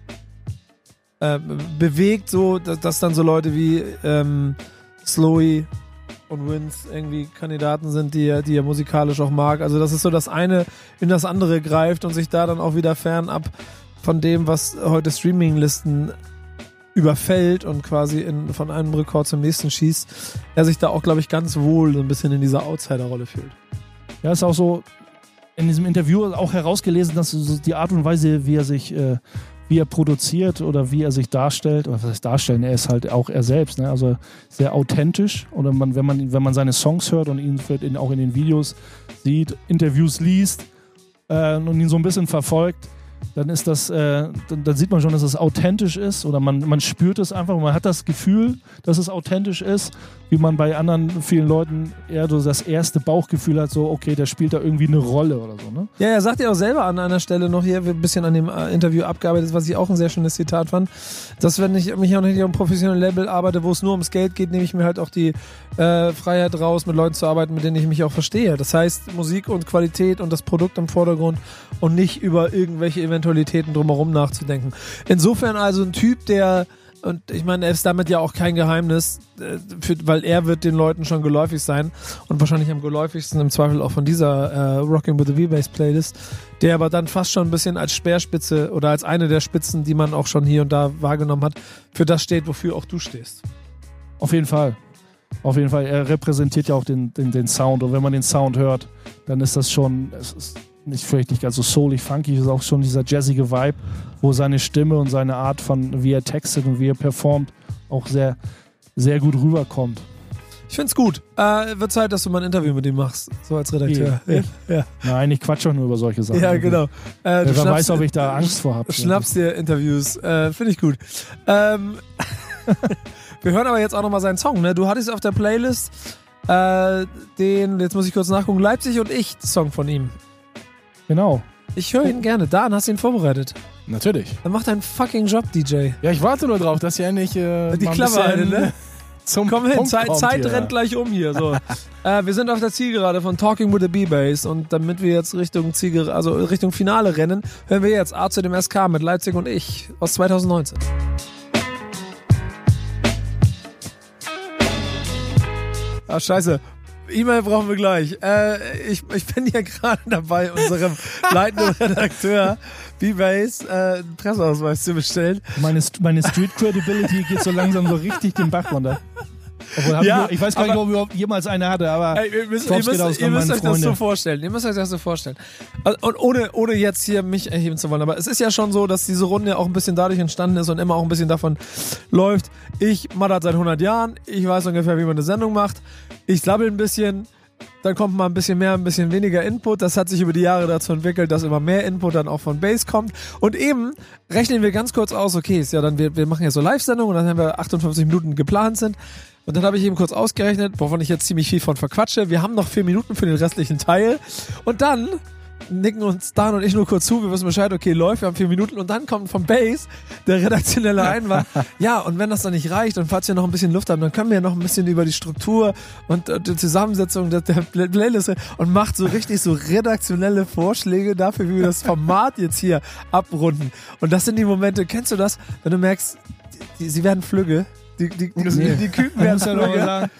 äh, bewegt, so dass, dass dann so Leute wie ähm, Slowy und Wins irgendwie Kandidaten sind, die er, die er musikalisch auch mag. Also dass es so das eine in das andere greift und sich da dann auch wieder fernab von dem, was heute Streaminglisten überfällt und quasi in, von einem Rekord zum nächsten schießt, er sich da auch, glaube ich, ganz wohl so ein bisschen in dieser Outsider-Rolle fühlt. Ja, ist auch so in diesem Interview auch herausgelesen, dass so die Art und Weise, wie er sich, äh, wie er produziert oder wie er sich darstellt, oder was heißt darstellen, er ist halt auch er selbst, ne? Also sehr authentisch. Oder man, wenn man, wenn man seine Songs hört und ihn in, auch in den Videos sieht, Interviews liest äh, und ihn so ein bisschen verfolgt, dann ist das, äh, dann, dann sieht man schon, dass es authentisch ist oder man, man spürt es einfach, man hat das Gefühl, dass es authentisch ist, wie man bei anderen vielen Leuten eher so das erste Bauchgefühl hat, so okay, der spielt da irgendwie eine Rolle oder so, ne? Ja, er sagt ja auch selber an einer Stelle noch hier, ein bisschen an dem äh, Interview abgearbeitet, was ich auch ein sehr schönes Zitat fand, dass wenn ich mich auch nicht auf einem professionellen Label arbeite, wo es nur ums Geld geht, nehme ich mir halt auch die äh, Freiheit raus, mit Leuten zu arbeiten, mit denen ich mich auch verstehe. Das heißt, Musik und Qualität und das Produkt im Vordergrund und nicht über irgendwelche Eventualitäten drumherum nachzudenken. Insofern also ein Typ, der, und ich meine, er ist damit ja auch kein Geheimnis, äh, für, weil er wird den Leuten schon geläufig sein und wahrscheinlich am geläufigsten im Zweifel auch von dieser äh, Rocking with the V-Bass Playlist, der aber dann fast schon ein bisschen als Speerspitze oder als eine der Spitzen, die man auch schon hier und da wahrgenommen hat, für das steht, wofür auch du stehst. Auf jeden Fall. Auf jeden Fall. Er repräsentiert ja auch den, den, den Sound und wenn man den Sound hört, dann ist das schon, es ist nicht vielleicht nicht ganz so soulig, funky, ist auch schon dieser jazzige Vibe, wo seine Stimme und seine Art von, wie er textet und wie er performt, auch sehr, sehr gut rüberkommt. Ich find's gut. Äh, wird Zeit, dass du mal ein Interview mit ihm machst, so als Redakteur. Ja. Ja. Nein, ich quatsch doch nur über solche Sachen. Ja, genau. Äh, Wer weiß, ob ich da Angst vor habe. Schnappst dir Interviews. Äh, Finde ich gut. Ähm, wir hören aber jetzt auch nochmal seinen Song. Ne? Du hattest auf der Playlist äh, den, jetzt muss ich kurz nachgucken, Leipzig und ich, Song von ihm. Genau. Ich höre ihn gerne. Dan, hast du ihn vorbereitet? Natürlich. Dann mach deinen fucking Job, D J. Ja, ich warte nur drauf, dass ihr endlich äh, Die mal ein Klammer bisschen eine, ne? zum Komm hin, Punkt Zeit, kommt Zeit hier. rennt gleich um hier. So. äh, wir sind auf der Zielgerade von Talking with the B-Bass und damit wir jetzt Richtung Zielgerade, also Richtung Finale rennen, hören wir jetzt A zu dem S K mit Leipzig und ich aus zwanzig neunzehn. Ah, scheiße. E-Mail brauchen wir gleich. Äh, ich, ich bin hier gerade dabei, unserem leitenden Redakteur B-Bass äh, einen Presseausweis zu bestellen. Meine, meine Street Credibility geht so langsam so richtig den Bach runter. Obwohl, hab Ja, ich, ich weiß gar nicht, ob ich überhaupt jemals eine hatte, aber Ey, ihr müsst, ihr Props müsst, geht aus ihr an müsst meine euch das Freunde. so vorstellen. Ihr müsst euch das so vorstellen. Also, und ohne, ohne jetzt hier mich erheben zu wollen, aber es ist ja schon so, dass diese Runde auch ein bisschen dadurch entstanden ist und immer auch ein bisschen davon läuft. Ich mache das seit hundert Jahren, ich weiß ungefähr, wie man eine Sendung macht. Ich sabbel ein bisschen, dann kommt mal ein bisschen mehr, ein bisschen weniger Input. Das hat sich über die Jahre dazu entwickelt, dass immer mehr Input dann auch von Bass kommt. Und eben rechnen wir ganz kurz aus, okay, ist ja dann, wir, wir machen ja so Live-Sendungen und dann haben wir achtundfünfzig Minuten geplant sind. Und dann habe ich eben kurz ausgerechnet, wovon ich jetzt ziemlich viel von verquatsche. Wir haben noch vier Minuten für den restlichen Teil. Und dann nicken uns Dan und ich nur kurz zu. Wir wissen Bescheid, okay, läuft, wir haben vier Minuten. Und dann kommt vom Bass der redaktionelle Einwand. Ja, und wenn das dann nicht reicht und falls wir noch ein bisschen Luft haben, dann können wir noch ein bisschen über die Struktur und äh, die Zusammensetzung der, der Playlist und macht so richtig so redaktionelle Vorschläge dafür, wie wir das Format jetzt hier abrunden. Und das sind die Momente, kennst du das, wenn du merkst, die, sie werden flügge? Die, die, die, Nee. die, die Küken Da werden muss ja noch mal flügge. sagen,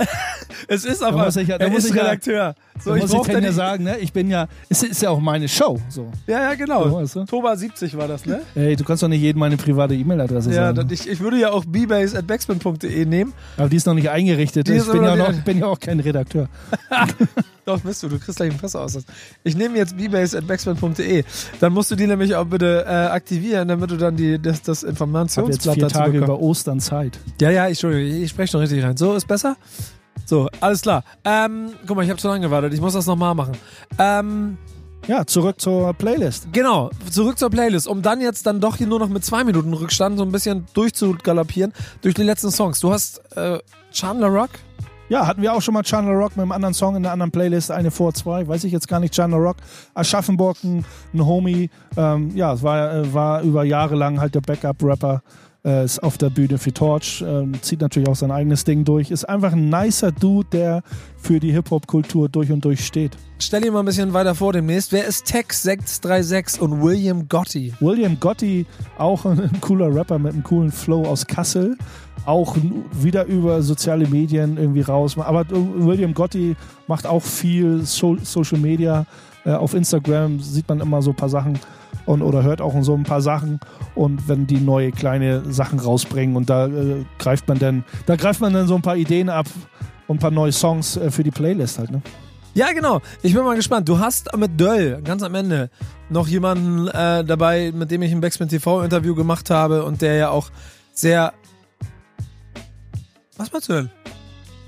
Es ist aber, muss ich ja- da er muss ist ich ja- Redakteur. So, da ich muss ich brauch da kann ja nicht- sagen, ne, ich bin ja, es ist ja auch meine Show, so. Ja, ja, genau. So, weißt du? Toba siebzig war das, ne? Ey, du kannst doch nicht jedem meine private E-Mail-Adresse Ja, sagen. das, ich, ich würde ja auch b-bass at backspin punkt de nehmen. Aber die ist noch nicht eingerichtet. Die Ich ist bin aber ja, noch noch, nicht- bin ja auch kein Redakteur. Doch, bist du. Du kriegst gleich einen Presseaussatz. Ich nehme jetzt b-bass at backspin punkt de. Dann musst du die nämlich auch bitte äh, aktivieren, damit du dann die, das, das Ich habe jetzt Informationsblatt vier dazu Tage bekommst. über Ostern Zeit. Ja, ja, ich, Entschuldigung, ich spreche schon richtig rein. So, ist besser? So, alles klar. Ähm, guck mal, ich habe zu lange gewartet. Ich muss das nochmal machen. Ähm, Ja, zurück zur Playlist. Genau, zurück zur Playlist, um dann jetzt dann doch hier nur noch mit zwei Minuten Rückstand so ein bisschen durchzugaloppieren durch die letzten Songs. Du hast äh, Chandler Rock? Ja, hatten wir auch schon mal Chandler Rock mit einem anderen Song in einer anderen Playlist, eine vor zwei, weiß ich jetzt gar nicht, Chandler Rock. Aschaffenburg, ein, ein Homie, ähm, ja, es war, äh, war über Jahre lang halt der Backup-Rapper, äh, ist auf der Bühne für Torch, ähm, zieht natürlich auch sein eigenes Ding durch, ist einfach ein nicer Dude, der für die Hip-Hop-Kultur durch und durch steht. Stell ihn mal ein bisschen weiter vor demnächst. Wer ist Tex sechs drei sechs und William Gotti? William Gotti, auch ein, ein cooler Rapper mit einem coolen Flow aus Kassel. Auch n- wieder über soziale Medien irgendwie raus. Aber William Gotti macht auch viel so- Social Media. Äh, auf Instagram sieht man immer so ein paar Sachen und, oder hört auch so ein paar Sachen. Und wenn die neue kleine Sachen rausbringen und da äh, greift man dann, da greift man dann so ein paar Ideen ab und ein paar neue Songs äh, für die Playlist halt, ne? Ja, genau. Ich bin mal gespannt. Du hast mit Döll ganz am Ende noch jemanden äh, dabei, mit dem ich ein Backspin T V-Interview gemacht habe und der ja auch sehr... Was meinst du denn?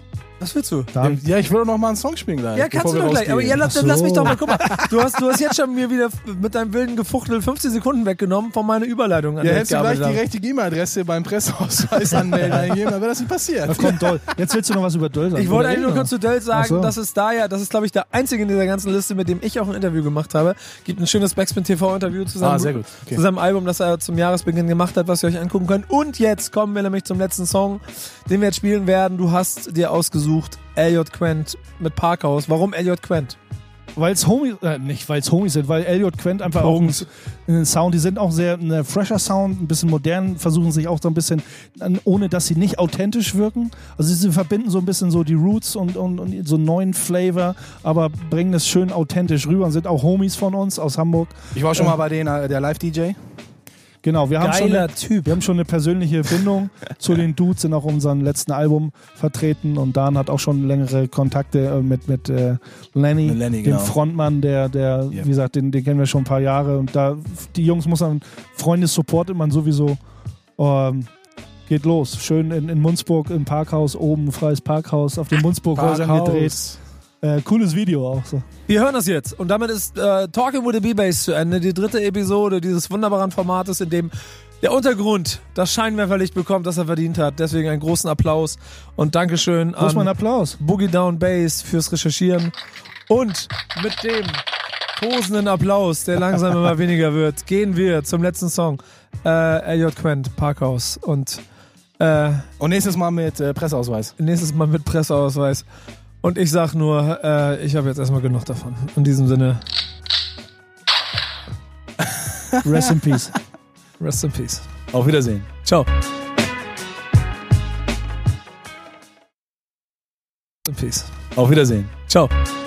Was willst du? Dann, Ja, ich will doch noch mal einen Song spielen gleich. Ja, kannst du doch gleich. Aber ja, lass, Ach lass so. mich doch mal, guck mal. Du hast, du hast jetzt schon mir wieder mit deinem wilden Gefuchtel fünfzehn Sekunden weggenommen von meiner Überleitung. An Ja, der hättest du ich gleich die gearbeitet richtige E-Mail-Adresse beim Presseausweis anmelden eingeben, dann wäre das nicht passiert. da kommt Doll. Jetzt willst du noch was über Doll sagen. Ich wollte Oder eigentlich nur immer? kurz zu Döll sagen, Ach so. dass es da ja, das ist glaube ich der einzige in dieser ganzen Liste, mit dem ich auch ein Interview gemacht habe. Gibt ein schönes Backspin T V-Interview zu seinem, Ah, sehr gut. Okay. zu seinem Album, das er zum Jahresbeginn gemacht hat, was ihr euch angucken könnt. Und jetzt kommen wir nämlich zum letzten Song, den wir jetzt spielen werden. Du hast dir ausgesucht Elliot Quent mit Parkhaus. Warum Elliot Quent? Weil es Homies, äh, nicht weil es Homies sind, weil Elliot Quent einfach auch Punkt. ein Sound, die sind auch sehr ein fresher Sound, ein bisschen modern, versuchen sich auch so ein bisschen, ohne dass sie nicht authentisch wirken. Also sie verbinden so ein bisschen so die Roots und, und, und so einen neuen Flavor, aber bringen es schön authentisch rüber und sind auch Homies von uns aus Hamburg. Ich war schon mal bei denen, äh, der Live-D J. Genau, wir haben, schon Geiler eine, Typ. wir haben schon eine persönliche Bindung zu den Dudes, sind auch unserem letzten Album vertreten und Dan hat auch schon längere Kontakte äh, mit, mit äh, Lenny, Mit Lenny, dem genau. Frontmann, der, der Ja. wie gesagt, den, den kennen wir schon ein paar Jahre und da, die Jungs muss man, Freunde supportet man sowieso. Ähm, geht los, schön in, in Munzburg im Parkhaus, oben freies Parkhaus, auf den Munzburg-Häusern gedreht. Äh, cooles Video auch so. Wir hören das jetzt und damit ist äh, Talking with the B-Bass zu Ende. Die dritte Episode dieses wunderbaren Formates, in dem der Untergrund das Scheinwerferlicht bekommt, das er verdient hat. Deswegen einen großen Applaus und Dankeschön Wo ist mein an Applaus? Boogie Down Bass fürs Recherchieren und mit dem tosenden Applaus, der langsam immer weniger wird, gehen wir zum letzten Song. Äh, Elliot Quent, Parkhaus und äh, Und nächstes Mal mit äh, Presseausweis. nächstes Mal mit Presseausweis. Und ich sag nur, äh, ich habe jetzt erstmal genug davon. In diesem Sinne, Rest in Peace. rest in peace. Auf Wiedersehen. Ciao. In peace. Auf Wiedersehen. Ciao.